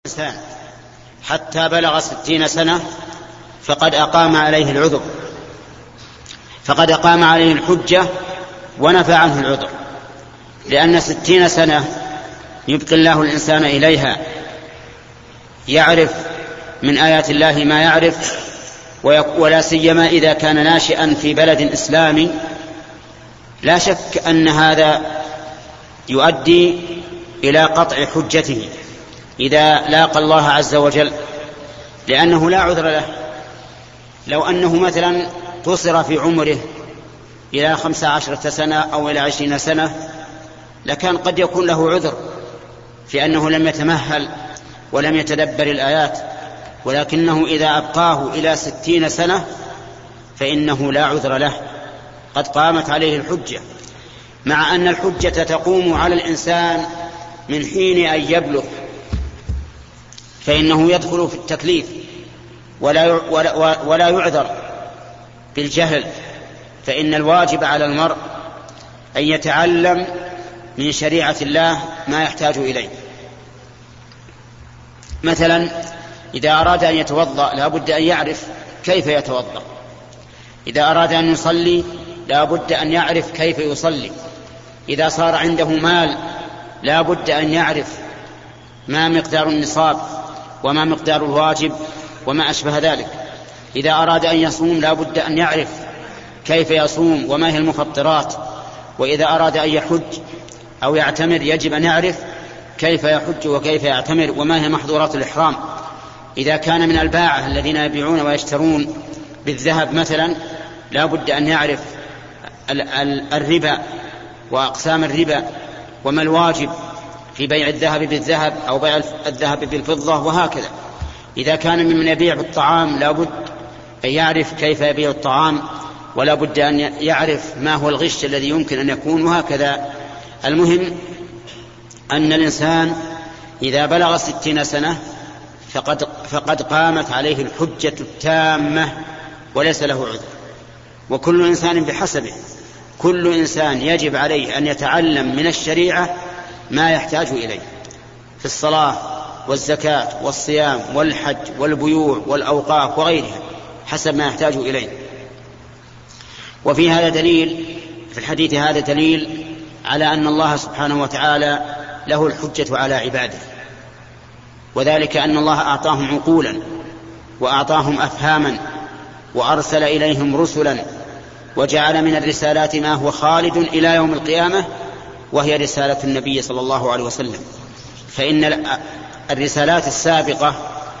الإنسان حتى بلغ 60 سنة فقد أقام عليه العذر، فقد أقام عليه الحجة ونفى عنه العذر، لأن 60 سنة يبقي الله الإنسان إليها يعرف من آيات الله ما يعرف، ولا سيما إذا كان ناشئا في بلد إسلامي. لا شك أن هذا يؤدي إلى قطع حجته إذا لاقى الله عز وجل، لأنه لا عذر له. لو أنه مثلا قصر في عمره إلى 15 سنة أو إلى 20 سنة لكان قد يكون له عذر في أنه لم يتمهل ولم يتدبر الآيات، ولكنه إذا أبقاه إلى 60 سنة فإنه لا عذر له، قد قامت عليه الحجة، مع أن الحجة تقوم على الإنسان من حين أن يبلغ، فإنه يدخل في التكليف ولا يعذر بالجهل، فإن الواجب على المرء أن يتعلم من شريعة الله ما يحتاج إليه. مثلا إذا أراد أن يتوضأ لا بد أن يعرف كيف يتوضأ، إذا أراد أن يصلي لا بد أن يعرف كيف يصلي، إذا صار عنده مال لا بد أن يعرف ما مقدار النصاب وما مقدار الواجب وما أشبه ذلك، إذا أراد أن يصوم لا بد أن يعرف كيف يصوم وما هي المفطرات، وإذا أراد أن يحج أو يعتمر يجب أن يعرف كيف يحج وكيف يعتمر وما هي محظورات الإحرام، إذا كان من الباعة الذين يبيعون ويشترون بالذهب مثلا لا بد أن يعرف الربا وأقسام الربا وما الواجب في بيع الذهب بالذهب أو بيع الذهب بالفضة وهكذا. إذا كان ممن يبيع بالطعام لا بد أن يعرف كيف يبيع الطعام، ولا بد أن يعرف ما هو الغش الذي يمكن أن يكون وهكذا. المهم أن الإنسان إذا بلغ 60 سنة فقد قامت عليه الحجة التامة وليس له عذر، وكل إنسان بحسبه، كل إنسان يجب عليه أن يتعلم من الشريعة ما يحتاج إليه في الصلاة والزكاة والصيام والحج والبيوع والأوقاف وغيرها حسب ما يحتاج إليه. وفي هذا دليل، في الحديث هذا دليل على أن الله سبحانه وتعالى له الحجة على عباده، وذلك أن الله أعطاهم عقولا وأعطاهم أفهاما وأرسل إليهم رسلا وجعل من الرسالات ما هو خالد إلى يوم القيامة، وهي رسالة النبي صلى الله عليه وسلم. فإن الرسالات السابقة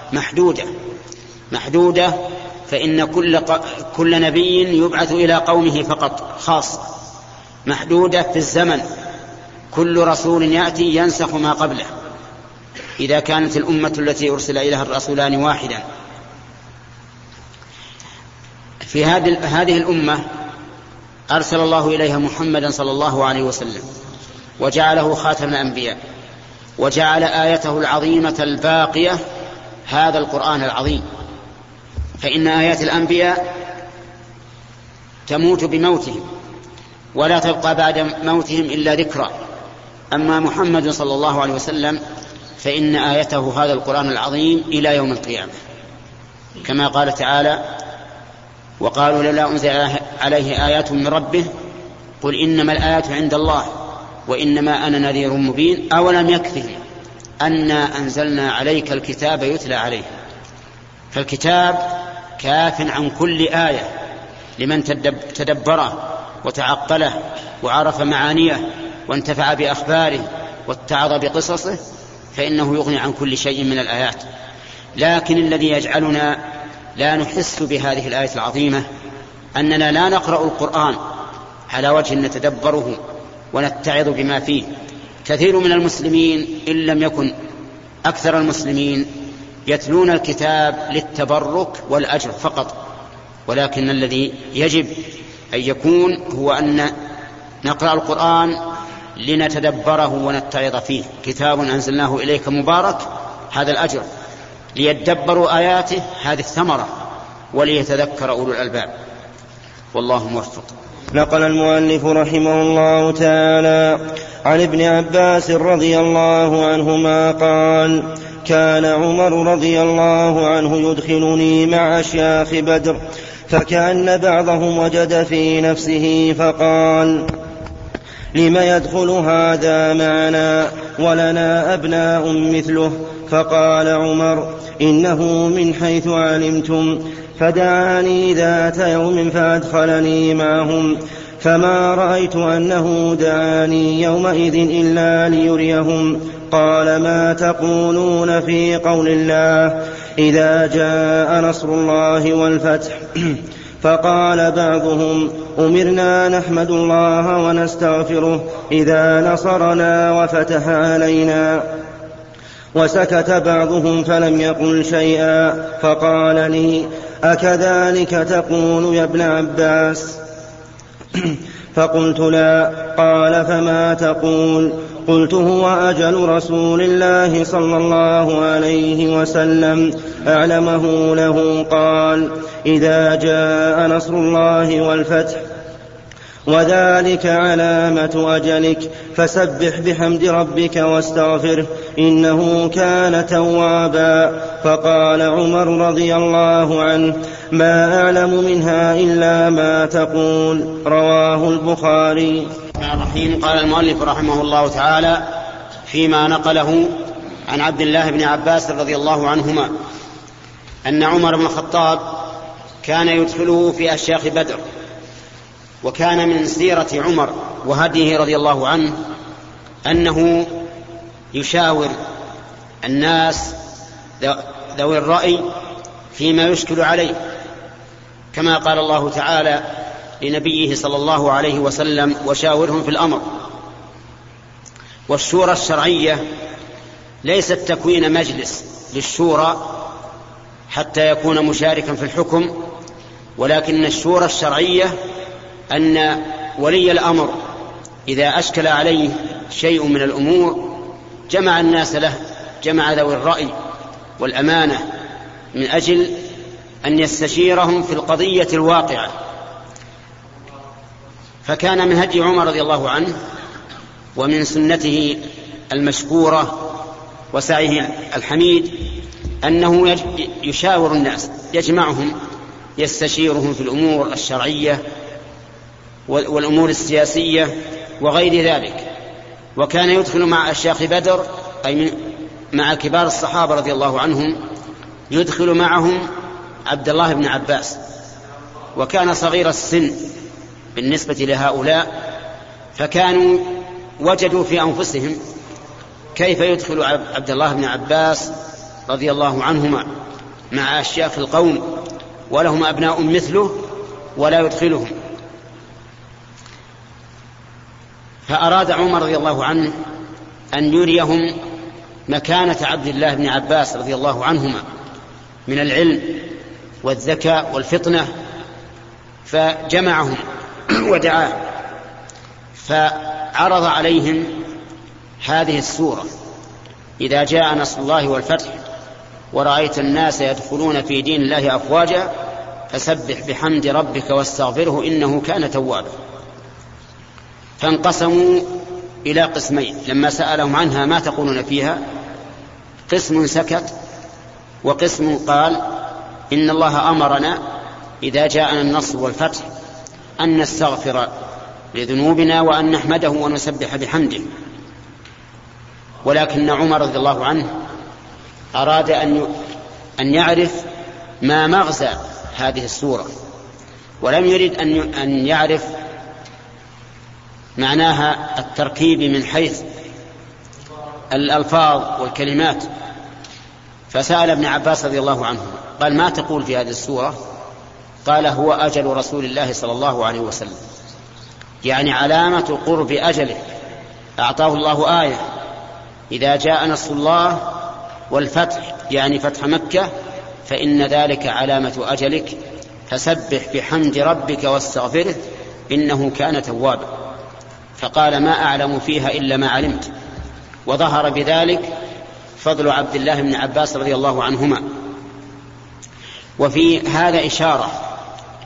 محدودة، فإن كل نبي يبعث إلى قومه فقط خاصة، محدودة في الزمن، كل رسول يأتي ينسخ ما قبله إذا كانت الأمة التي أرسل إليها الرسولان واحدا. في هذه الأمة أرسل الله إليها محمدا صلى الله عليه وسلم وجعله خاتم الأنبياء، وجعل آيته العظيمة الباقية هذا القرآن العظيم، فإن آيات الأنبياء تموت بموتهم ولا تبقى بعد موتهم إلا ذكرى، أما محمد صلى الله عليه وسلم فإن آيته هذا القرآن العظيم إلى يوم القيامة، كما قال تعالى: وقالوا لولا أنزل عليه آيات من ربه قل إنما الآيات عند الله وإنما أنا نذير مبين أولم يكفهم أنا أنزلنا عليك الكتاب يتلى عليه. فالكتاب كاف عن كل آية لمن تدبره وتعقله وعرف معانيه وانتفع بأخباره واتعظ بقصصه، فإنه يغني عن كل شيء من الآيات. لكن الذي يجعلنا لا نحس بهذه الآية العظيمة أننا لا نقرأ القرآن على وجه نتدبره ونتعظ بما فيه. كثير من المسلمين إن لم يكن أكثر المسلمين يتلون الكتاب للتبرك والأجر فقط، ولكن الذي يجب أن يكون هو أن نقرأ القرآن لنتدبره ونتعظ فيه. كتاب أنزلناه إليك مبارك، هذا الأجر، ليتدبروا آياته، هذه الثمرة، وليتذكر أولو الألباب. والله موفق. نقل المؤلف رحمه الله تعالى عن ابن عباس رضي الله عنهما قال: كان عمر رضي الله عنه يدخلني مع أشياخ بدر، فكأن بعضهم وجد في نفسه فقال: لم يدخل هذا معنا ولنا أبناء مثله؟ فقال عمر: إنه من حيث علمتم. فدعاني ذات يوم فأدخلني معهم، فما رأيت أنه دعاني يومئذ إلا ليريهم. قال: ما تقولون في قول الله إذا جاء نصر الله والفتح؟ فقال بعضهم: أمرنا نحمد الله ونستغفره إذا نصرنا وفتح علينا. وسكت بعضهم فلم يقل شيئا، فقال لي: أكذلك تقول يا ابن عباس؟ فقلت: لا. قال: فما تقول؟ قلت: هو أجل رسول الله صلى الله عليه وسلم أعلمه له. قال: إذا جاء نصر الله والفتح، وذلك علامة أجلك، فسبح بحمد ربك واستغفره إنه كان توابا. فقال عمر رضي الله عنه: ما أعلم منها إلا ما تقول. رواه البخاري. الرحيم. قال المؤلف رحمه الله تعالى فيما نقله عن عبد الله بن عباس رضي الله عنهما أن عمر بن الخطاب كان يدخله في أشياخ بدر، وكان من سيرة عمر وهديه رضي الله عنه أنه يشاور الناس ذوي الرأي فيما يشكل عليه، كما قال الله تعالى لنبيه صلى الله عليه وسلم: وشاورهم في الأمر. والشورى الشرعية ليست تكوين مجلس للشورى حتى يكون مشاركا في الحكم، ولكن الشورى الشرعية أن ولي الأمر إذا أشكل عليه شيء من الأمور جمع الناس له، جمع ذوي الرأي والأمانة من أجل أن يستشيرهم في القضية الواقعة. فكان من هدي عمر رضي الله عنه ومن سنته المشكورة وسعيه الحميد أنه يشاور الناس، يجمعهم، يستشيرهم في الأمور الشرعية والأمور السياسية وغير ذلك. وكان يدخل مع أشياخ بدر، أي مع كبار الصحابة رضي الله عنهم، يدخل معهم عبد الله بن عباس، وكان صغير السن بالنسبة لهؤلاء، فكانوا وجدوا في أنفسهم كيف يدخل عبد الله بن عباس رضي الله عنهما مع أشياخ القوم ولهم أبناء مثله ولا يدخلهم. فأراد عمر رضي الله عنه أن يريهم مكانة عبد الله بن عباس رضي الله عنهما من العلم والذكاء والفطنة، فجمعهم ودعاه، فعرض عليهم هذه السورة: إذا جاء نصر الله والفتح ورأيت الناس يدخلون في دين الله أفواجا فسبح بحمد ربك واستغفره إنه كان توابا. فانقسموا إلى قسمين لما سألهم عنها: ما تقولون فيها؟ قسم سكت، وقسم قال: إن الله أمرنا إذا جاءنا النصر والفتح أن نستغفر لذنوبنا وأن نحمده ونسبح بحمده. ولكن عمر رضي الله عنه أراد أن يعرف ما مغزى هذه السورة، ولم يرد أن يعرف معناها التركيب من حيث الألفاظ والكلمات. فسأل ابن عباس رضي الله عنه قال: ما تقول في هذه السورة؟ قال: هو أجل رسول الله صلى الله عليه وسلم، يعني علامة قرب أجله. أعطاه الله آية: إذا جاء نصر الله والفتح، يعني فتح مكة، فإن ذلك علامة أجلك، فسبح بحمد ربك واستغفره إنه كان توابا. فقال: ما أعلم فيها إلا ما علمت. وظهر بذلك فضل عبد الله بن عباس رضي الله عنهما. وفي هذا إشارة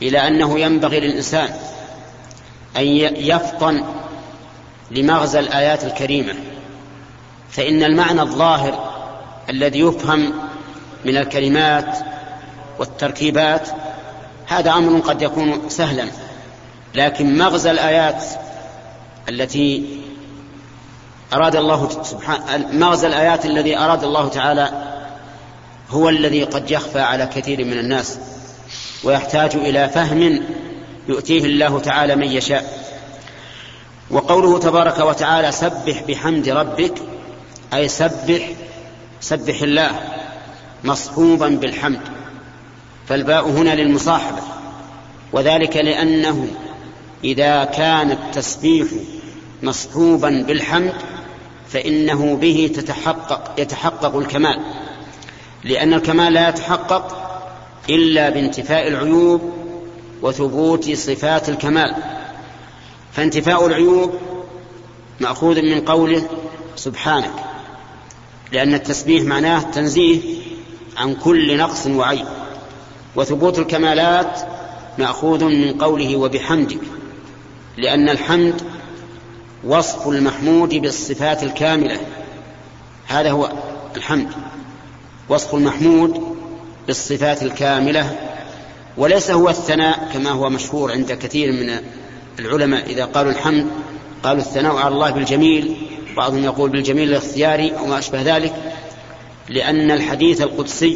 إلى أنه ينبغي للإنسان أن يفطن لمغزى الآيات الكريمة، فإن المعنى الظاهر الذي يفهم من الكلمات والتركيبات هذا أمر قد يكون سهلا، لكن مغزى الآيات التي أراد الله سبحانه، مغزى الآيات الذي أراد الله تعالى هو الذي قد يخفى على كثير من الناس، ويحتاج إلى فهم يؤتيه الله تعالى من يشاء. وقوله تبارك وتعالى سبح بحمد ربك، أي سبح الله مصحوبا بالحمد، فالباء هنا للمصاحبة، وذلك لأنه إذا كان التسبيح مصحوبا بالحمد فإنه به يتحقق الكمال، لأن الكمال لا يتحقق إلا بانتفاء العيوب وثبوت صفات الكمال. فانتفاء العيوب مأخوذ من قوله سبحانك، لأن التسبيح معناه تنزيه عن كل نقص وعيب، وثبوت الكمالات مأخوذ من قوله وبحمدك، لأن الحمد وصف المحمود بالصفات الكاملة، هذا هو الحمد، وصف المحمود بالصفات الكاملة، وليس هو الثناء كما هو مشهور عند كثير من العلماء. إذا قالوا الحمد قالوا الثناء على الله بالجميل، بعضهم يقول بالجميل الاختياري أو ما أشبه ذلك، لأن الحديث القدسي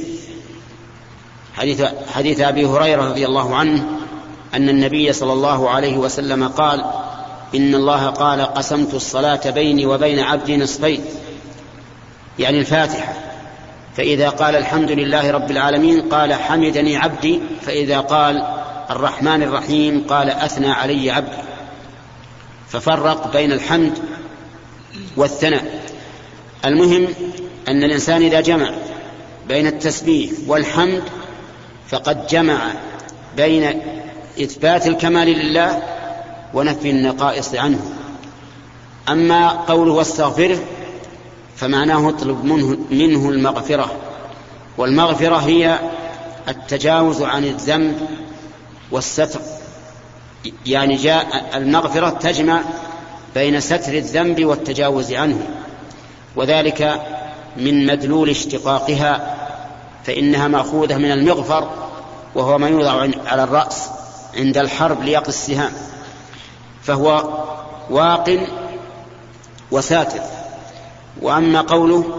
حديث أبي هريرة رضي الله عنه أن النبي صلى الله عليه وسلم قال إن الله قال قسمت الصلاة بيني وبين عبدي نصفين، يعني الفاتحة، فإذا قال الحمد لله رب العالمين قال حمدني عبدي، فإذا قال الرحمن الرحيم قال أثنى علي عبدي، ففرق بين الحمد والثناء. المهم أن الإنسان إذا جمع بين التسبيح والحمد فقد جمع بين إثبات الكمال لله ونفي النقائص عنه. أما قوله واستغفره فمعناه اطلب منه المغفرة، والمغفرة هي التجاوز عن الذنب والستر، يعني جاء المغفرة تجمع بين ستر الذنب والتجاوز عنه، وذلك من مدلول اشتقاقها، فإنها مأخوذة من المغفر وهو ما يوضع على الرأس عند الحرب ليقي السهام، فهو واق وساتر. وأما قوله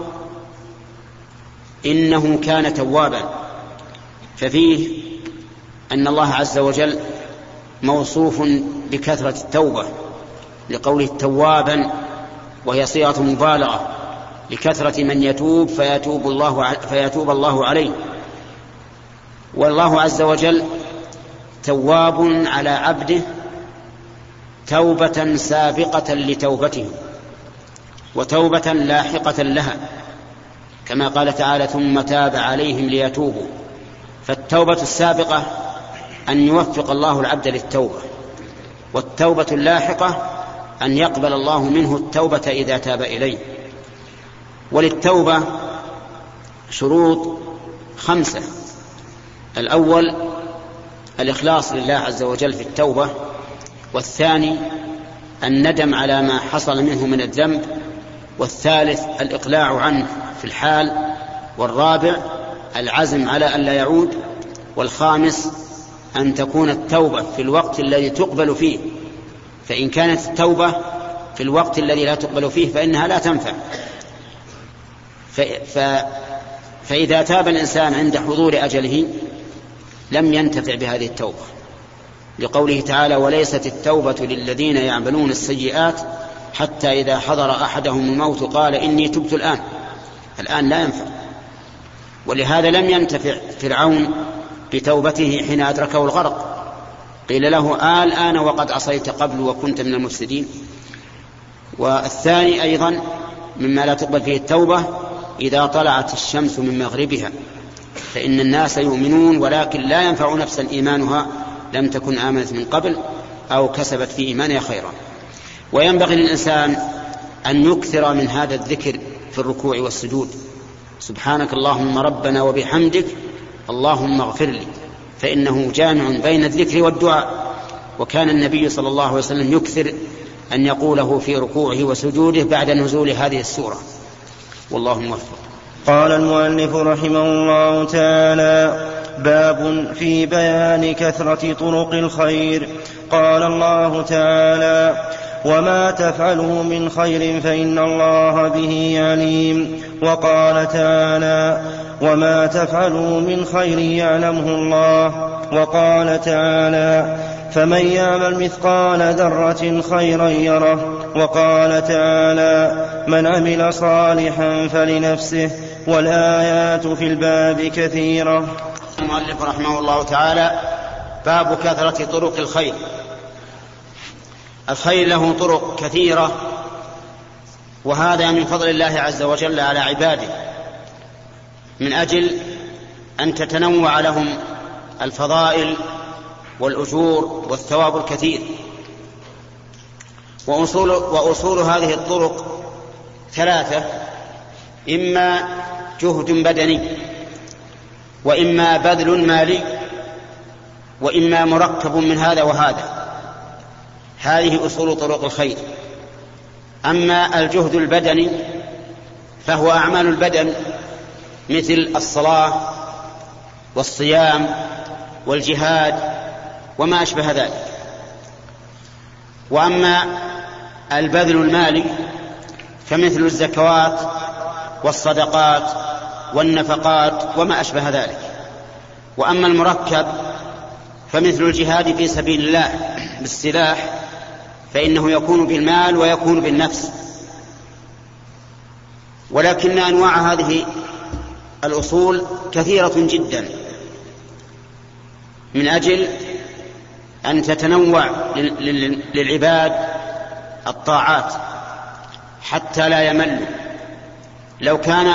إنه كان توابا ففيه أن الله عز وجل موصوف بكثرة التوبة، لقوله توابا وهي صيغة مبالغة لكثرة من يتوب فيتوب الله عليه. والله عز وجل تواب على عبده توبة سابقة لتوبته وتوبة لاحقة لها، كما قال تعالى ثم تاب عليهم ليتوبوا. فالتوبة السابقة أن يوفق الله العبد للتوبة، والتوبة اللاحقة أن يقبل الله منه التوبة إذا تاب إليه. وللتوبة شروط 5: الأول الإخلاص لله عز وجل في التوبة، والثاني الندم على ما حصل منه من الذنب، والثالث الإقلاع عنه في الحال، والرابع العزم على أن لا يعود، والخامس أن تكون التوبة في الوقت الذي تقبل فيه، فإن كانت التوبة في الوقت الذي لا تقبل فيه فإنها لا تنفع. فإذا تاب الإنسان عند حضور أجله لم ينتفع بهذه التوبة، لقوله تعالى وليست التوبة للذين يعملون السيئات حتى إذا حضر أحدهم الموت قال إني تبت الآن لا ينفع. ولهذا لم ينتفع فرعون بتوبته حين أدركه الغرق، قيل له الآن وقد عصيت قبل وكنت من المفسدين. والثاني أيضا مما لا تقبل فيه التوبة إذا طلعت الشمس من مغربها، فإن الناس يؤمنون ولكن لا ينفع نفسا إيمانها لم تكن آمنت من قبل أو كسبت في إيمانها خيرا. وينبغي للإنسان أن يكثر من هذا الذكر في الركوع والسجود: سبحانك اللهم ربنا وبحمدك اللهم اغفر لي. فإنه جامع بين الذكر والدعاء، وكان النبي صلى الله عليه وسلم يكثر أن يقوله في ركوعه وسجوده بعد نزول هذه السورة، والله موفق. قال المؤلف رحمه الله تعالى: باب في بيان كثرة طرق الخير. قال الله تعالى: وما تفعلوا من خير فإن الله به عليم. وقال تعالى: وما تفعلوا من خير يعلمه الله. وقال تعالى: فمن يعمل مثقال ذرة خيرا يره. وقال تعالى: من عمل صالحا فلنفسه. والآيات في الباب كثيرة. المؤلف رحمه الله تعالى: باب كثرة طرق الخير. الخير له طرق كثيرة، وهذا من فضل الله عز وجل على عباده، من أجل أن تتنوع لهم الفضائل والأجور والثواب الكثير. وأصول هذه الطرق ثلاثة: إما جهد بدني، وإما بذل مالي، وإما مركب من هذا وهذا. هذه أصول طرق الخير. أما الجهد البدني فهو أعمال البدن مثل الصلاة والصيام والجهاد وما أشبه ذلك. وأما البذل المالي فمثل الزكوات والصدقات والنفقات وما أشبه ذلك. وأما المركب فمثل الجهاد في سبيل الله بالسلاح، فإنه يكون بالمال ويكون بالنفس. ولكن أنواع هذه الأصول كثيرة جدا، من أجل أن تتنوع للعباد الطاعات حتى لا يملوا. لو كان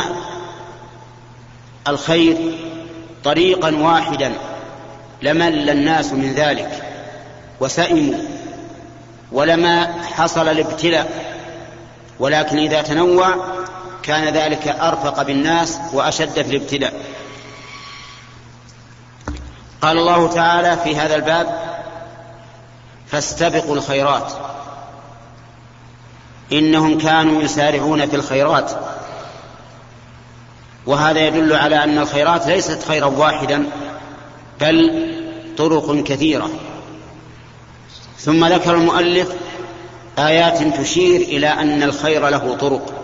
الخير طريقا واحدا لمل الناس من ذلك وسئموا ولما حصل الابتلاء، ولكن إذا تنوع كان ذلك أرفق بالناس وأشد في الابتلاء. قال الله تعالى في هذا الباب: فاستبقوا الخيرات إنهم كانوا يسارعون في الخيرات. وهذا يدل على أن الخيرات ليست خيرا واحدا بل طرق كثيرة. ثم ذكر المؤلف آيات تشير إلى أن الخير له طرق،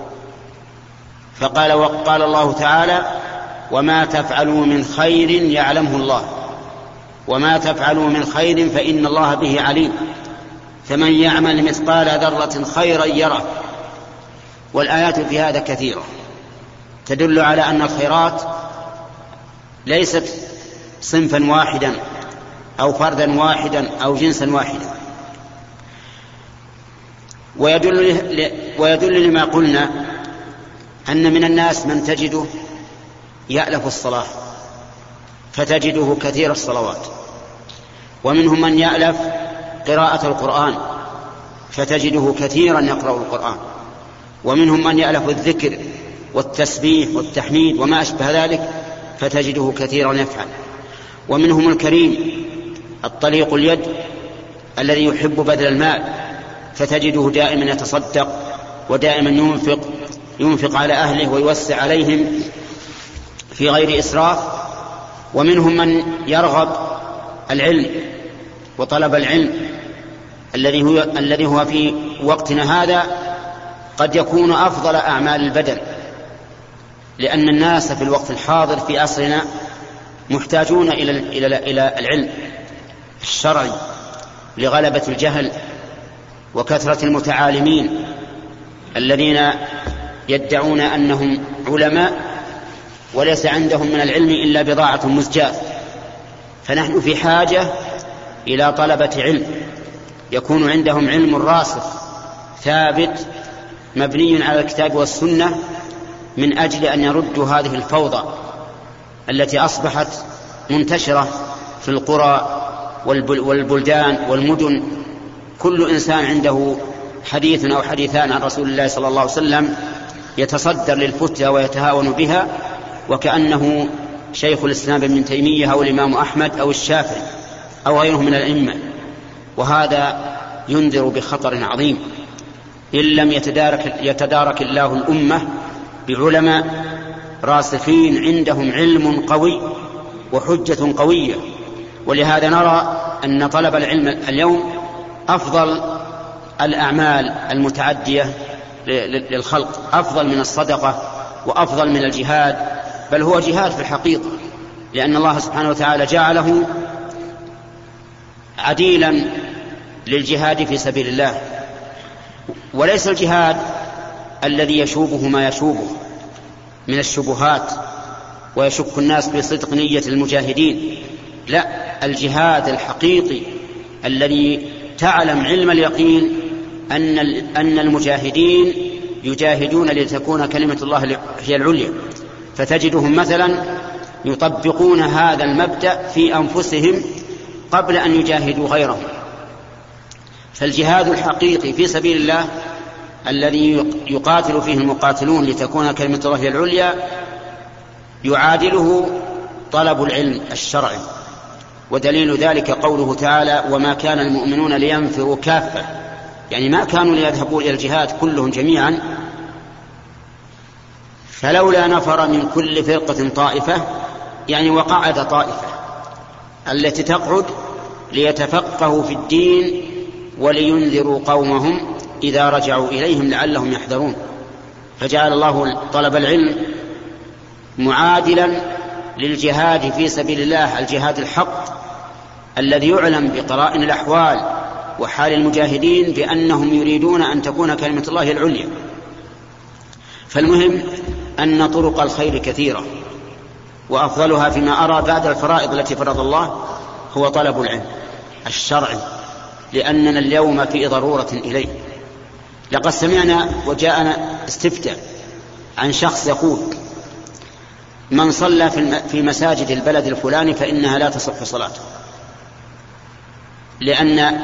وقال الله تعالى: وما تفعلوا من خير يعلمه الله. وما تفعلوا من خير فإن الله به عليم. فمن يعمل مثقال ذرة خيرا يره. والآيات في هذا كثيرة تدل على أن الخيرات ليست صنفا واحدا أو فردا واحدا أو جنسا واحدا. ويدل لما قلنا أن من الناس من تجده يألف الصلاة فتجده كثير الصلوات، ومنهم من يألف قراءة القرآن فتجده كثيرا يقرأ القرآن، ومنهم من يألف الذكر والتسبيح والتحميد وما أشبه ذلك فتجده كثيرا يفعل. ومنهم الكريم الطليق اليد الذي يحب بذل المال فتجده دائما يتصدق ودائما ينفق على أهله ويوسع عليهم في غير إسراف. ومنهم من يرغب العلم وطلب العلم الذي هو في وقتنا هذا قد يكون أفضل أعمال البدن، لأن الناس في الوقت الحاضر في عصرنا محتاجون إلى العلم الشرعي لغلبة الجهل وكثرة المتعالمين الذين يدعون أنهم علماء وليس عندهم من العلم إلا بضاعة مزجاة. فنحن في حاجة إلى طلبة علم يكون عندهم علم راسخ ثابت مبني على الكتاب والسنة، من أجل أن يردوا هذه الفوضى التي أصبحت منتشرة في القرى والبلدان والمدن. كل إنسان عنده حديث أو حديثان عن رسول الله صلى الله عليه وسلم يتصدر للفتيا ويتهاون بها، وكأنه شيخ الإسلام ابن تيمية أو الإمام أحمد أو الشافعي أو غيره من الأئمة، وهذا ينذر بخطر عظيم إن لم يتدارك الله الأمة بعلماء راسخين عندهم علم قوي وحجة قوية. ولهذا نرى أن طلب العلم اليوم أفضل الأعمال المتعدية للخلق، أفضل من الصدقة وأفضل من الجهاد، بل هو جهاد في الحقيقة، لأن الله سبحانه وتعالى جعله عديلا للجهاد في سبيل الله، وليس الجهاد الذي يشوبه ما يشوبه من الشبهات ويشك الناس في صدق نية المجاهدين، لا، الجهاد الحقيقي الذي تعلم علم اليقين أن المجاهدين يجاهدون لتكون كلمة الله هي العليا، فتجدهم مثلا يطبقون هذا المبدأ في أنفسهم قبل أن يجاهدوا غيرهم. فالجهاد الحقيقي في سبيل الله الذي يقاتل فيه المقاتلون لتكون كلمة الله هي العليا يعادله طلب العلم الشرعي، ودليل ذلك قوله تعالى: وما كان المؤمنون لينفروا كافة، يعني ما كانوا ليذهبوا إلى الجهاد كلهم جميعا، فلولا نفر من كل فرقة طائفة، يعني وقعد طائفة التي تقعد ليتفقهوا في الدين ولينذروا قومهم إذا رجعوا إليهم لعلهم يحذرون. فجعل الله طلب العلم معادلا للجهاد في سبيل الله، الجهاد الحق الذي يعلم بقرائن الأحوال وحال المجاهدين بأنهم يريدون أن تكون كلمة الله العليا. فالمهم أن طرق الخير كثيرة، وأفضلها فيما أرى بعد الفرائض التي فرض الله هو طلب العلم الشرعي، لأننا اليوم في ضرورة إليه. لقد سمعنا وجاءنا استفتاء عن شخص يقول: من صلى في مساجد البلد الفلاني فإنها لا تصح صلاته، لأن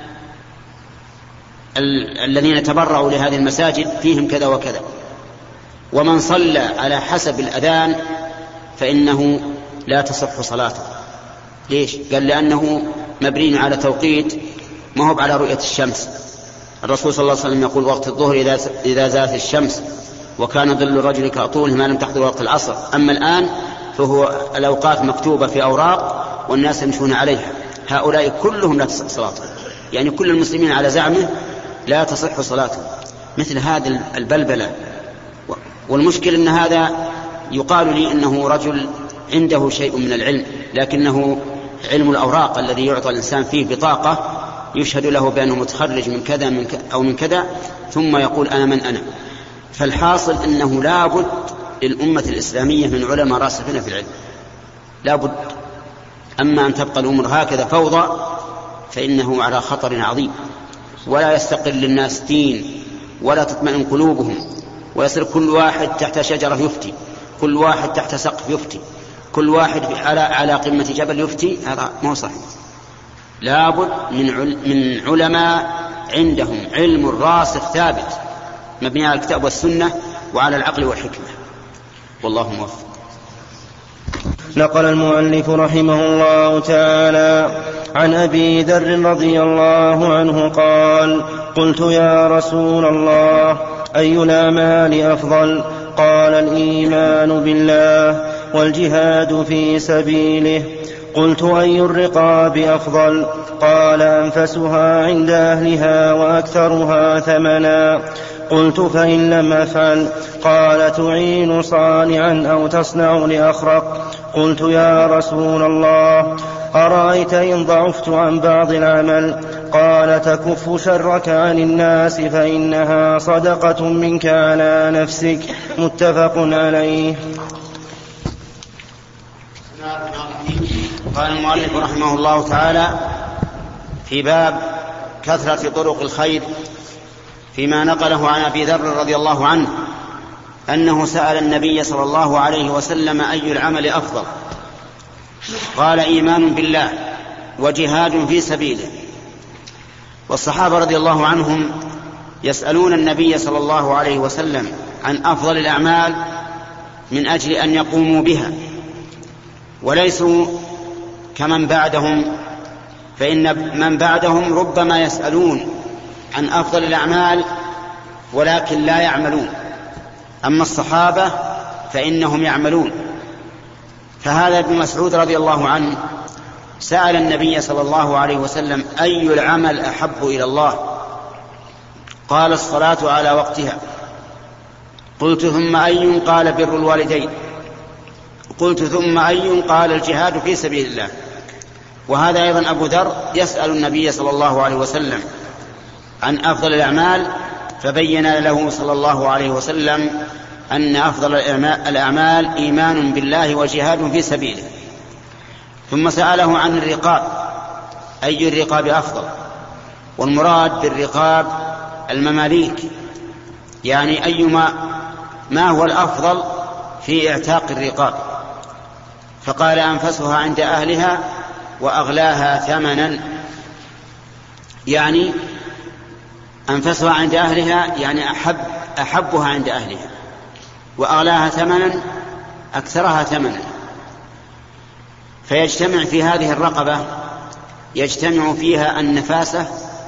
الذين تبرعوا لهذه المساجد فيهم كذا وكذا، ومن صلى على حسب الأذان فإنه لا تصح صلاته. ليش؟ قال: لأنه مبني على توقيت ما هو على رؤية الشمس. الرسول صلى الله عليه وسلم يقول: وقت الظهر إذا زالت الشمس، وكان ظل الرجل كطوله ما لم تحضر وقت العصر. أما الآن فهو الأوقات مكتوبة في أوراق والناس يمشون عليها، هؤلاء كلهم لا تصح صلاتهم، يعني كل المسلمين على زعمه لا تصح صلاتهم. مثل هذه البلبلة. والمشكل أن هذا يقال لي أنه رجل عنده شيء من العلم، لكنه علم الأوراق الذي يعطى الإنسان فيه بطاقة يشهد له بأنه متخرج من كذا أو من كذا، ثم يقول: أنا من أنا. فالحاصل أنه لا بد للأمة الإسلامية من علماء راسخين في العلم، لا بد. أما أن تبقى الأمور هكذا فوضى فإنه على خطر عظيم، ولا يستقل للناس دين ولا تطمئن قلوبهم، ويصير كل واحد تحت شجرة يفتي، كل واحد تحت سقف يفتي، كل واحد على قمة جبل يفتي. هذا ما هو صحيح. لا بد من علماء عندهم علم راسخ ثابت مبني على الكتاب والسنة وعلى العقل والحكمة، والله موفق. نقل المؤلف رحمه الله تعالى عن أبي ذر رضي الله عنه قال: قلت: يا رسول الله، أي الأعمال أفضل؟ قال: الإيمان بالله والجهاد في سبيله. قلت: أي الرقاب أفضل؟ قال: أنفسها عند أهلها وأكثرها ثمنا. قلت: فإن لم أفعل؟ قال: تعين صانعا أو تصنع لأخرق. قلت: يا رسول الله، أرأيت إن ضعفت عن بعض العمل؟ قال: تكف شرك عن الناس فإنها صدقة منك على نفسك. متفق عليه. قال المؤلف رحمه الله تعالى في باب كثرة طرق الخير فيما نقله عن أبي ذر رضي الله عنه أنه سأل النبي صلى الله عليه وسلم: أي العمل أفضل؟ قال: إيمان بالله وجهاد في سبيله. والصحابة رضي الله عنهم يسألون النبي صلى الله عليه وسلم عن أفضل الأعمال من أجل أن يقوموا بها، وليسوا كمن بعدهم، فإن من بعدهم ربما يسألون عن أفضل الأعمال ولكن لا يعملون، أما الصحابة فإنهم يعملون. فهذا ابن مسعود رضي الله عنه سأل النبي صلى الله عليه وسلم: أي العمل أحب إلى الله؟ قال: الصلاة على وقتها. قلت: ثم أي؟ قال: بر الوالدين. قلت: ثم أي؟ قال: الجهاد في سبيل الله. وهذا أيضا أبو ذر يسأل النبي صلى الله عليه وسلم عن أفضل الأعمال، فبين له صلى الله عليه وسلم أن أفضل الأعمال إيمان بالله وجهاد في سبيله. ثم سأله عن الرقاب: أي الرقاب أفضل؟ والمراد بالرقاب المماليك، يعني ما هو الأفضل في اعتاق الرقاب؟ فقال: أنفسها عند أهلها وأغلاها ثمنا، يعني أنفسها عند أهلها يعني أحبها عند أهلها، وأغلاها ثمنا أكثرها ثمنا. فيجتمع في هذه الرقبة، يجتمع فيها النفاسة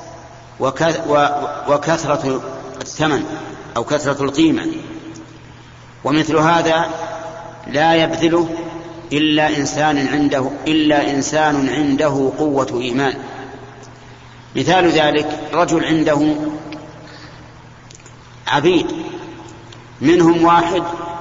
وكثرة الثمن أو كثرة القيمة، ومثل هذا لا يبذله إلا إنسان عنده قوة إيمان. مثال ذلك: رجل عنده عبيد، منهم واحد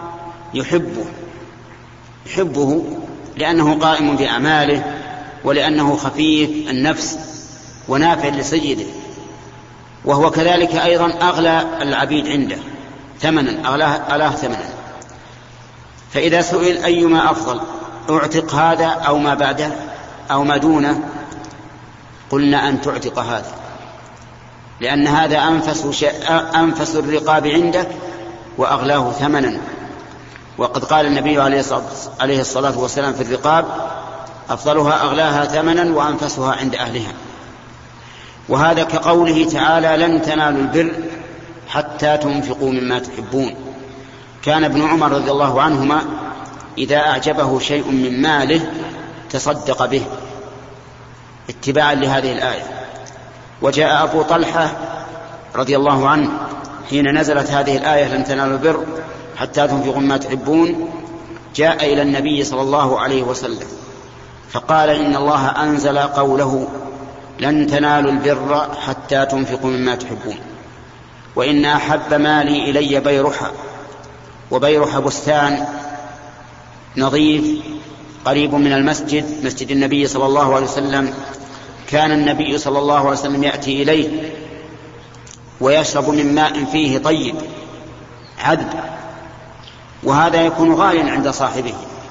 يحبه لأنه قائم بأعماله ولأنه خفيف النفس ونافع لسيده، وهو كذلك أيضا أغلى العبيد عنده ثمنا، أغلاه ثمنا. فإذا سئل أيما أفضل، أعتق هذا أو ما بعده أو ما دونه، قلنا أن تعتق هذا، لأن هذا أنفس الرقاب عندك وأغلاه ثمنا. وقد قال النبي عليه الصلاة والسلام في الرقاب: أفضلها أغلاها ثمنا وأنفسها عند أهلها. وهذا كقوله تعالى: لن تنالوا البر حتى تنفقوا مما تحبون. كان ابن عمر رضي الله عنهما إذا أعجبه شيء من ماله تصدق به اتباعا لهذه الآية. وجاء أبو طلحة رضي الله عنه حين نزلت هذه الآية: لن تنالوا البر حتى تنفقوا مما تحبون، جاء إلى النبي صلى الله عليه وسلم فقال: إن الله أنزل قوله: لن تنالوا البر حتى تنفقوا مما تحبون، وإن أحب مالي إلي بيرحة. وبيرحة بستان نظيف قريب من المسجد، مسجد النبي صلى الله عليه وسلم. كان النبي صلى الله عليه وسلم يأتي إليه ويشرب من ماء فيه طيب عذب، وهذا يكون غاليا عند صاحبه.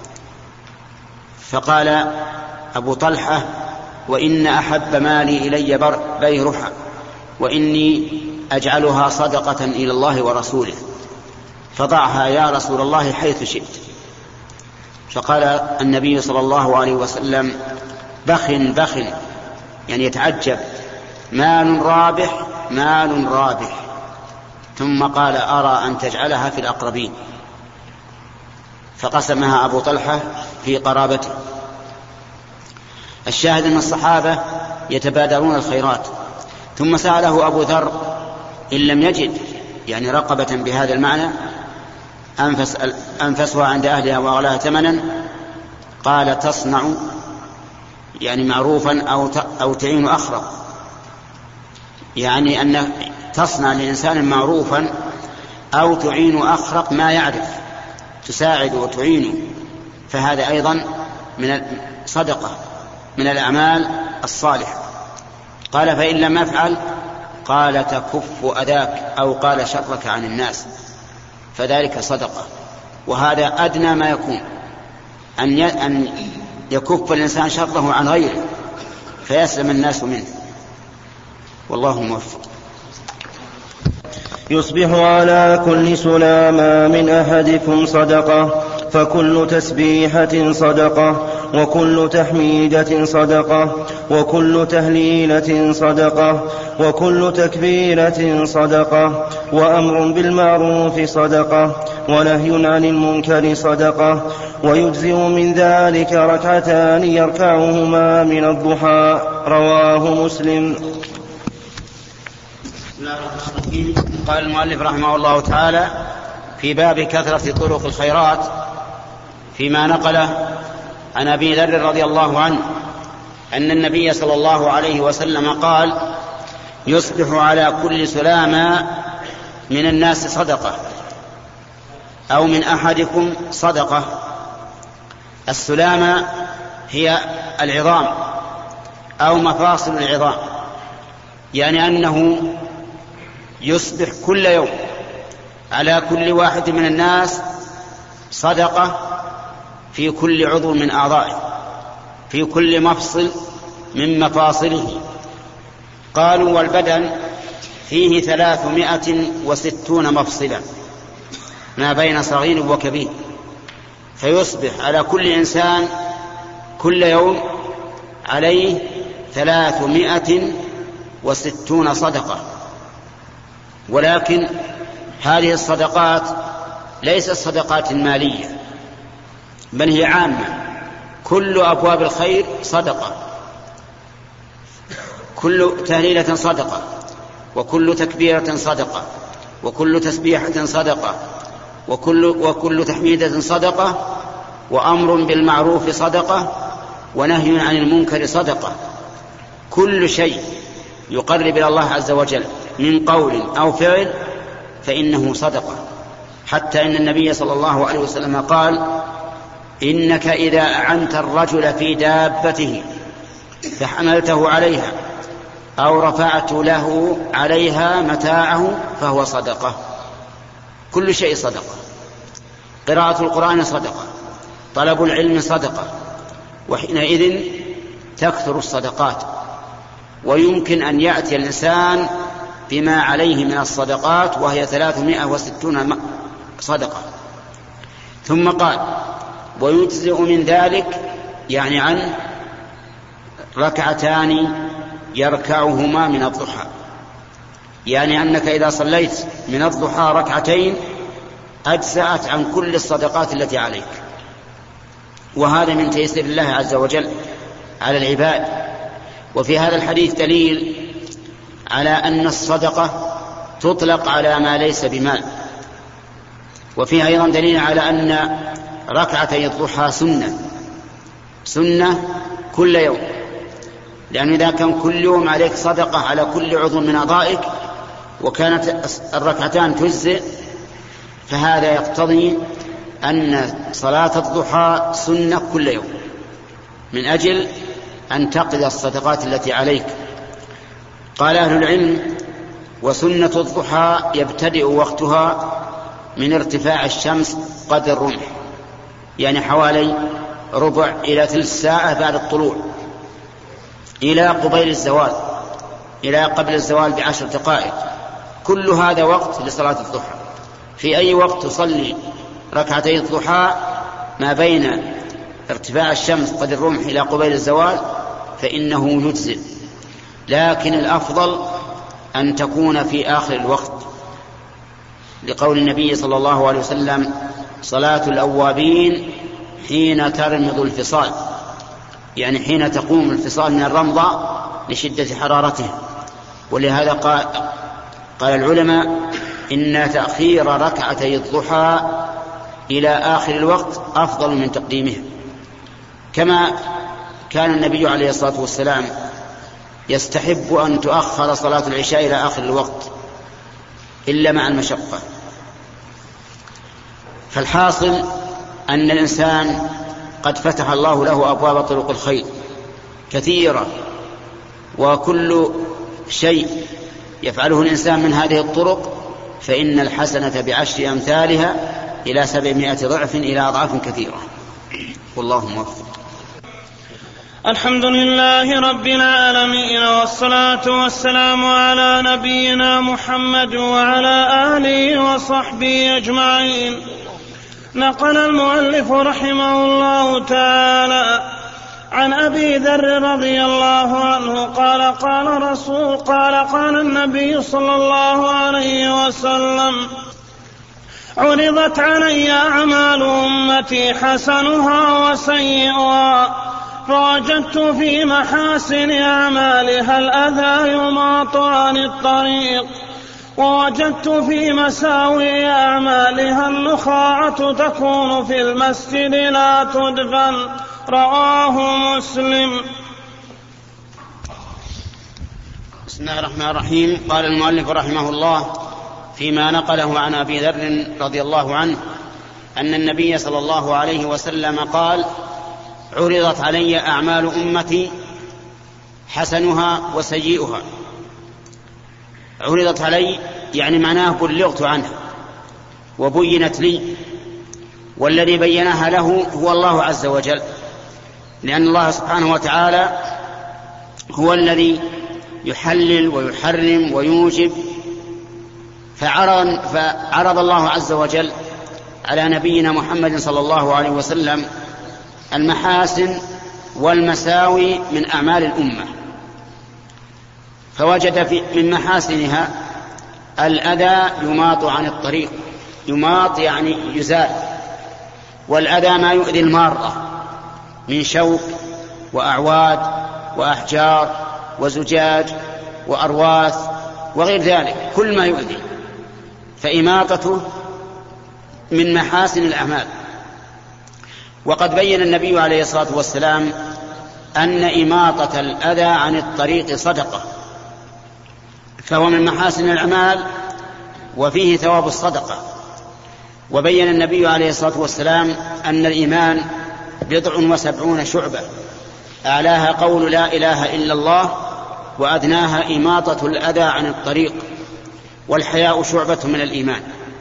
فقال أبو طلحة: وإن أحب مالي إلي بيرحة، وإني أجعلها صدقة إلى الله ورسوله، فضعها يا رسول الله حيث شئت. فقال النبي صلى الله عليه وسلم: بخ بخ، يعني يتعجب، مال رابح مال رابح. ثم قال: أرى أن تجعلها في الأقربين. فقسمها أبو طلحة في قرابته. الشاهد أن الصحابة يتبادرون الخيرات. ثم سأله أبو ذر: إن لم يجد يعني رقبة بهذا المعنى أنفسها عند أهلها وأغلاها ثمنا، قال: تصنع يعني معروفا أو تعين أخرق، يعني أن تصنع لإنسان معروفا أو تعين أخرق ما يعرف، تساعد وتعينه، فهذا أيضا من صدقة من الأعمال الصالحة. قال: فإن لم أفعل، قال: تكف أذاك، أو قال: شرك عن الناس، فذلك صدقة. وهذا أدنى ما يكون، أن يكف الإنسان شره عن غيره فيسلم الناس منه، والله موفق. يصبح على كل سلامة من أحدكم صدقة، فكل تسبيحة صدقة، وكل تحميدة صدقة، وكل تهليلة صدقة، وكل تكبيرة صدقة، وأمر بالمعروف صدقة، ونهي عن المنكر صدقة. ويجزئ من ذلك ركعتان يركعهما من الضحى. رواه مسلم. قال المؤلف رحمه الله تعالى في باب كثرة طرق الخيرات فيما نقله عن أبي ذر رضي الله عنه أن النبي صلى الله عليه وسلم قال: يصبح على كل سلامة من الناس صدقة أو من أحدكم صدقة. السلامة هي العظام أو مفاصل العظام، يعني أنه يصبح كل يوم على كل واحد من الناس صدقة في كل عضو من أعضائه، في كل مفصل من مفاصله. قالوا: والبدن فيه 360 مفصلا ما بين صغير وكبير، فيصبح على كل إنسان كل يوم عليه 360 صدقة. ولكن هذه الصدقات ليست صدقات مالية، بل هي عامة، كل أبواب الخير صدقة، كل تهليلة صدقة، وكل تكبيرة صدقة، وكل تسبيحة صدقة، وكل تحميدة صدقة، وأمر بالمعروف صدقة، ونهي عن المنكر صدقة. كل شيء يقرب إلى الله عز وجل من قول أو فعل فإنه صدقة. حتى إن النبي صلى الله عليه وسلم قال: إنك إذا أعنت الرجل في دابته فحملته عليها أو رفعت له عليها متاعه فهو صدقة. كل شيء صدقة. قراءة القرآن صدقة، طلب العلم صدقة، وحينئذ تكثر الصدقات، ويمكن أن يأتي الإنسان بما عليه من الصدقات وهي 360 صدقة. ثم قال: ويجزئ من ذلك، يعني عن ركعتان يركعهما من الضحى، يعني أنك إذا صليت من الضحى ركعتين أجزأت عن كل الصدقات التي عليك. وهذا من تيسير الله عز وجل على العباد. وفي هذا الحديث دليل على أن الصدقة تطلق على ما ليس بمال. وفيها أيضا دليل على أن ركعتي الضحى سنة كل يوم، لأن إذا كان كل يوم عليك صدقة على كل عضو من أعضائك وكانت الركعتان تجزئ، فهذا يقتضي أن صلاة الضحى سنة كل يوم من أجل أن تقضي الصدقات التي عليك. قال أهل العلم: وسنة الضحى يبتدئ وقتها من ارتفاع الشمس قدر الرمح، يعني حوالي ربع إلى ثلث ساعة بعد الطلوع، إلى قبيل الزوال، إلى قبل الزوال ب10 دقائق. كل هذا وقت لصلاة الضحى. في أي وقت تصلي ركعتي الضحى ما بين ارتفاع الشمس قدر الرمح إلى قبيل الزوال فإنه يجزئ، لكن الأفضل أن تكون في آخر الوقت، لقول النبي صلى الله عليه وسلم: صلاة الأوابين حين ترمض الفصال، يعني حين تقوم الفصال من الرمضة لشدة حرارته. ولهذا قال العلماء: إن تأخير ركعتي الضحى إلى آخر الوقت أفضل من تقديمه، كما كان النبي عليه الصلاة والسلام يستحب أن تؤخر صلاة العشاء إلى آخر الوقت إلا مع المشقة. فالحاصل أن الإنسان قد فتح الله له أبواب طرق الخير كثيرة، وكل شيء يفعله الإنسان من هذه الطرق فإن الحسنة ب10 أمثالها إلى 700 ضعف إلى أضعاف كثيرة. والله موفق. الحمد لله رب العالمين، والصلاة والسلام على نبينا محمد وعلى آله وصحبه أجمعين. نقل المؤلف رحمه الله تعالى عن أبي ذر رضي الله عنه قال قال النبي صلى الله عليه وسلم: عرضت علي أعمال أمتي حسنها وسيئها، فوجدت في محاسن أعمالها الأذى يماط عن الطريق، ووجدت في مساوئ أعمالها النخاعة تكون في المسجد لا تدفن. رواه مسلم. بسم الله الرحمن الرحيم. قال المؤلف رحمه الله فيما نقله عن أبي ذر رضي الله عنه أن النبي صلى الله عليه وسلم قال: عرضت علي أعمال أمتي حسنها وسيئها. عرضت علي يعني معناه بلغت عنها وبينت لي، والذي بينها له هو الله عز وجل، لأن الله سبحانه وتعالى هو الذي يحلل ويحرم ويوجب. فعرض الله عز وجل على نبينا محمد صلى الله عليه وسلم المحاسن والمساوي من أعمال الأمة، فوجد من محاسنها الأذى يماط عن الطريق. يماط يعني يزال، والأذى ما يؤذي المارة من شوك وأعواد وأحجار وزجاج وأرواث وغير ذلك، كل ما يؤذي فإماطته من محاسن الأعمال. وقد بين النبي عليه الصلاة والسلام أن إماطة الأذى عن الطريق صدقة، فهو من محاسن الأعمال وفيه ثواب الصدقة. وبين النبي عليه الصلاة والسلام أن الإيمان 70 شعبة، أعلاها قول لا إله إلا الله، وأدناها إماطة الأذى عن الطريق، والحياء شعبة من الإيمان.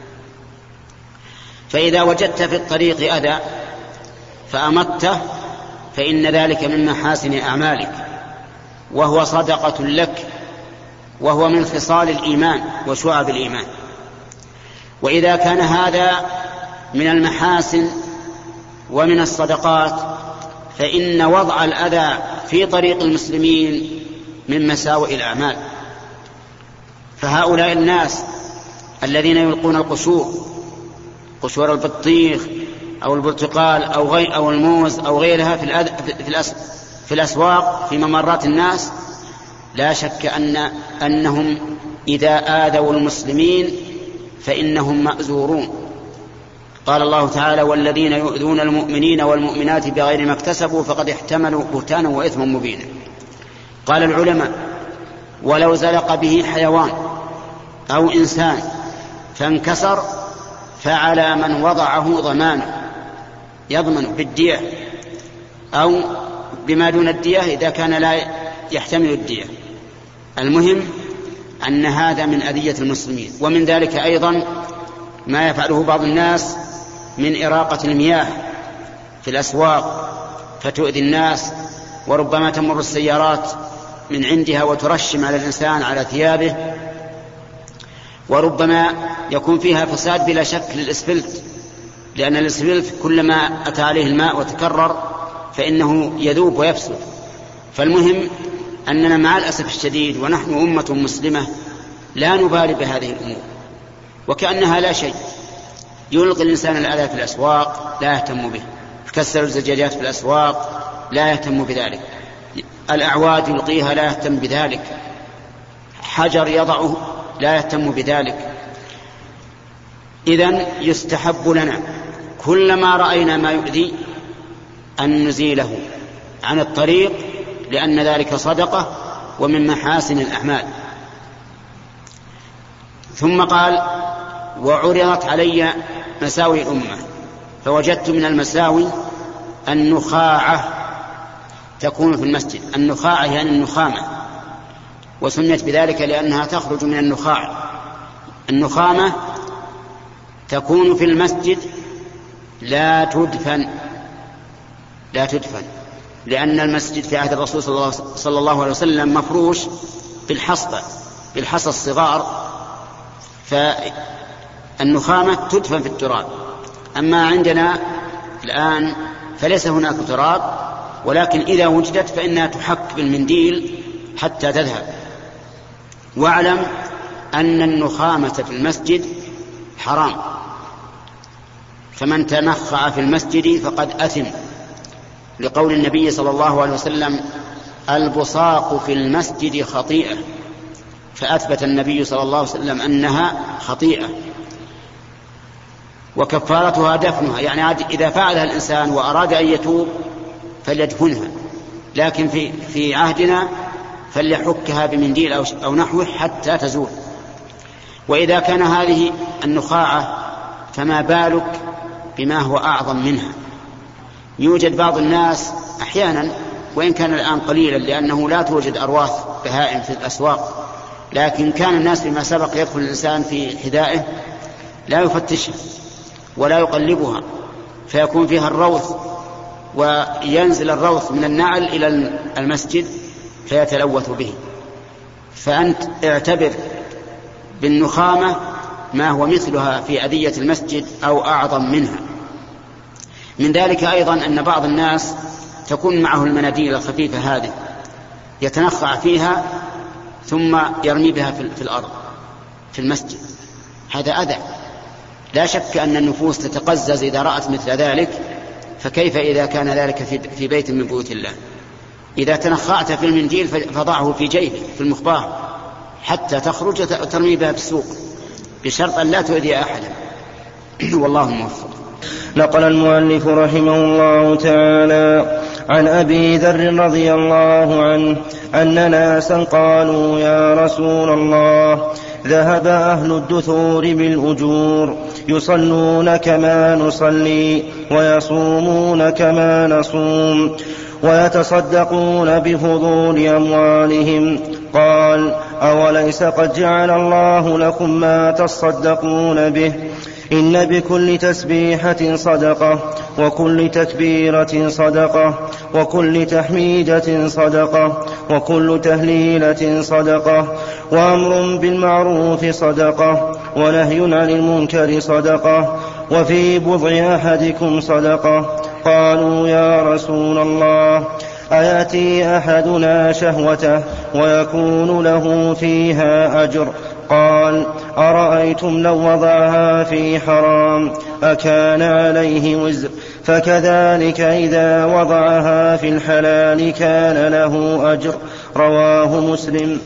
فإذا وجدت في الطريق أذى فأمته فإن ذلك من محاسن أعمالك، وهو صدقة لك، وهو من خصال الإيمان وشعب الإيمان. وإذا كان هذا من المحاسن ومن الصدقات، فإن وضع الأذى في طريق المسلمين من مساوئ الأعمال. فهؤلاء الناس الذين يلقون قشور البطيخ أو البرتقال أو الموز أو غيرها في الأسواق في ممرات الناس، لا شك أنهم إذا آذوا المسلمين فإنهم مأزورون. قال الله تعالى: والذين يؤذون المؤمنين والمؤمنات بغير ما اكتسبوا فقد احتملوا بهتانا وإثما مبينا. قال العلماء: ولو زلق به حيوان أو إنسان فانكسر فعلى من وضعه ضمانه، يضمن بالدية أو بما دون الدية إذا كان لا يحتمل الدية. المهم أن هذا من أذية المسلمين. ومن ذلك أيضا ما يفعله بعض الناس من إراقة المياه في الأسواق فتؤذي الناس، وربما تمر السيارات من عندها وترشم على الإنسان على ثيابه، وربما يكون فيها فساد بلا شك للإسفلت، لأن الإسفلت كلما أتى عليه الماء وتكرر فإنه يذوب ويفسد. فالمهم أننا مع الأسف الشديد ونحن أمة مسلمة لا نبالي بهذه الأمور، وكأنها لا شيء. يلقي الإنسان الأذى في الأسواق لا يهتم به، يكسر الزجاجات في الأسواق لا يهتم بذلك، الأعواد يلقيها لا يهتم بذلك، حجر يضعه لا يهتم بذلك. إذن يستحب لنا كلما رأينا ما يؤذي أن نزيله عن الطريق، لأن ذلك صدقة ومن محاسن الأعمال. ثم قال: وعرضت علي مساوي الأمة فوجدت من المساوي النخاعة تكون في المسجد. النخاعة يعني النخامة، وسميت بذلك لأنها تخرج من النخاع. النخامة تكون في المسجد لا تدفن، لأن المسجد في عهد الرسول صلى الله عليه وسلم مفروش بالحصى الصغار، فالنخامة تدفن في التراب. أما عندنا الآن فليس هناك تراب، ولكن إذا وجدت فإنها تحك بالمنديل حتى تذهب. واعلم أن النخامة في المسجد حرام، فمن تنخع في المسجد فقد أثم، لقول النبي صلى الله عليه وسلم: البصاق في المسجد خطيئة، فأثبت النبي صلى الله عليه وسلم أنها خطيئة وكفارتها دفنها. يعني إذا فعلها الإنسان وأراد أن يتوب فليدفنها، لكن في عهدنا فليحكها بمنديل أو نحوه حتى تزول. وإذا كان هذه النخاعة فما بالك بما هو أعظم منها. يوجد بعض الناس أحيانا، وإن كان الآن قليلا لأنه لا توجد أرواث بهائم في الأسواق، لكن كان الناس فيما سبق يدخل الإنسان في حذائه لا يفتشها ولا يقلبها، فيكون فيها الروث، وينزل الروث من النعل إلى المسجد فيتلوث به. فأنت اعتبر بالنخامة ما هو مثلها في أذية المسجد أو أعظم منها. من ذلك أيضا أن بعض الناس تكون معه المناديل الخفيفة هذه يتنخع فيها ثم يرمي بها في الأرض في المسجد. هذا أذى. لا شك أن النفوس تتقزز إذا رأت مثل ذلك، فكيف إذا كان ذلك في بيت من بيوت الله؟ إذا تنخعت في المنديل فضعه في جيبك في المخباه حتى تخرج وترمي بها في السوق، بشرط أن لا تؤذي أحدا. والله موفق. نقل المؤلف رحمه الله تعالى عن أبي ذر رضي الله عنه أن ناسا قالوا: يا رسول الله، ذهب أهل الدثور بالأجور، يصلون كما نصلي ويصومون كما نصوم ويتصدقون بفضول أموالهم. قال: أوليس قد جعل الله لكم ما تصدقون به؟ إن بكل تسبيحة صدقة، وكل تكبيرة صدقة، وكل تحميدة صدقة، وكل تهليلة صدقة، وأمر بالمعروف صدقة، ونهي عن المنكر صدقة، وفي بضع أحدكم صدقة. قالوا: يا رسول الله، أيأتي أحدنا شهوته ويكون له فيها أجر؟ قال: أرأيتم لو وضعها في حرام أكان عليه وزر؟ فكذلك إذا وضعها في الحلال كان له أجر. رواه مسلم.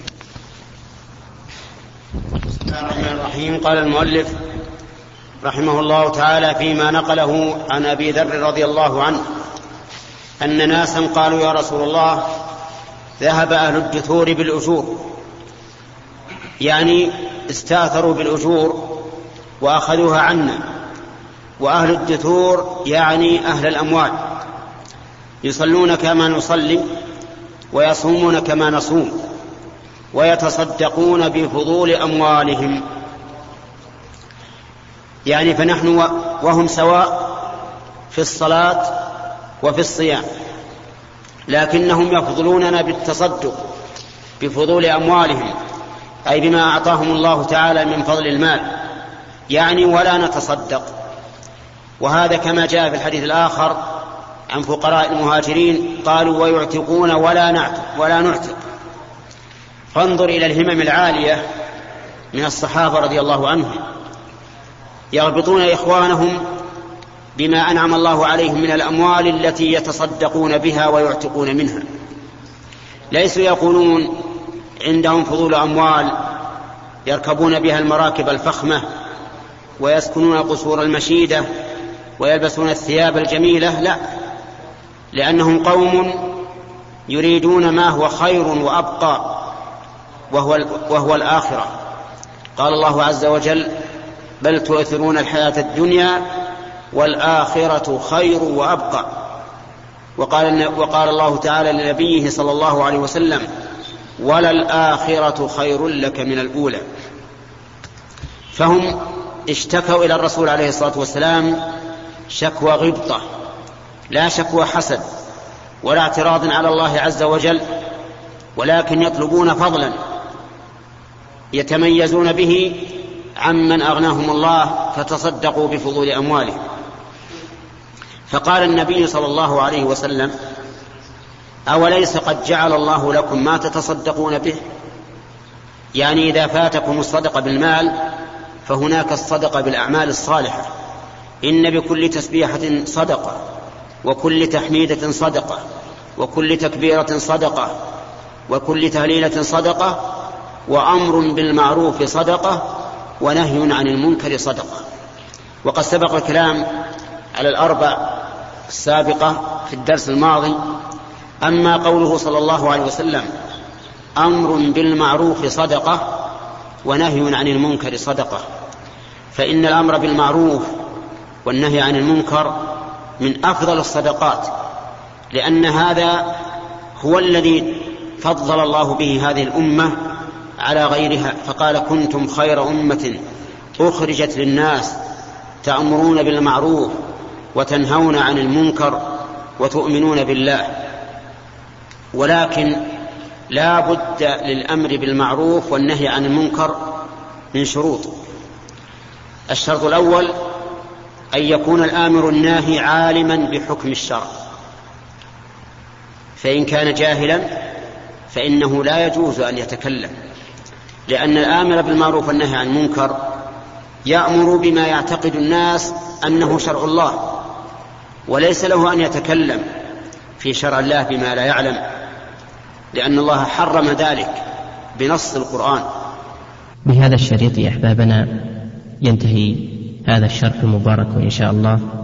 بسم الله الرحمن الرحيم. قال المؤلف رحمه الله تعالى فيما نقله عن أبي ذر رضي الله عنه أن ناسا قالوا: يا رسول الله، ذهب أهل الدثور بالأجور، يعني استاثروا بالأجور وأخذوها عنا. وأهل الدثور يعني أهل الأموال، يصلون كما نصلي ويصومون كما نصوم ويتصدقون بفضول أموالهم. يعني فنحن وهم سواء في الصلاة وفي الصيام، لكنهم يفضلوننا بالتصدق بفضول أموالهم، أي بما أعطاهم الله تعالى من فضل المال، يعني ولا نتصدق. وهذا كما جاء في الحديث الآخر عن فقراء المهاجرين قالوا: ويعتقون ولا نعتق. فانظر إلى الهمم العالية من الصحابة رضي الله عنهم، يربطون إخوانهم بما أنعم الله عليهم من الأموال التي يتصدقون بها ويعتقون منها. ليسوا يقولون عندهم فضول أموال يركبون بها المراكب الفخمة ويسكنون القصور المشيدة ويلبسون الثياب الجميلة، لا، لأنهم قوم يريدون ما هو خير وأبقى وهو الآخرة. قال الله عز وجل: بل تؤثرون الحياة الدنيا والآخرة خير وأبقى. وقال الله تعالى لنبيه صلى الله عليه وسلم: وللآخرة خير لك من الأولى. فهم اشتكوا إلى الرسول عليه الصلاة والسلام شكوى غبطة، لا شكوى حسد ولا اعتراض على الله عز وجل، ولكن يطلبون فضلا يتميزون به عمن أغناهم الله فتصدقوا بفضول أموالهم. فقال النبي صلى الله عليه وسلم: أوليس قد جعل الله لكم ما تتصدقون به؟ يعني إذا فاتكم الصدقة بالمال فهناك الصدقة بالأعمال الصالحة. إن بكل تسبيحة صدقة، وكل تحميدة صدقة، وكل تكبيرة صدقة، وكل تهليلة صدقة، وأمر بالمعروف صدقة، ونهي عن المنكر صدقة. وقد سبق الكلام على الأربع السابقة في الدرس الماضي. أما قوله صلى الله عليه وسلم أمر بالمعروف صدقة ونهي عن المنكر صدقة، فإن الأمر بالمعروف والنهي عن المنكر من أفضل الصدقات، لأن هذا هو الذي فضل الله به هذه الأمة على غيرها، فقال كنتم خير أمة أخرجت للناس تأمرون بالمعروف وتنهون عن المنكر وتؤمنون بالله. ولكن لا بد للأمر بالمعروف والنهي عن المنكر من شروط. الشرط الأول أن يكون الآمر الناهي عالما بحكم الشرع، فإن كان جاهلا فإنه لا يجوز أن يتكلم، لأن الآمر بالمعروف والنهي عن المنكر يأمر بما يعتقد الناس أنه شرع الله، وليس له أن يتكلم في شرع الله بما لا يعلم، لأن الله حرم ذلك بنص القرآن. بهذا الشريط يا أحبابنا ينتهي هذا الشرح المبارك إن شاء الله،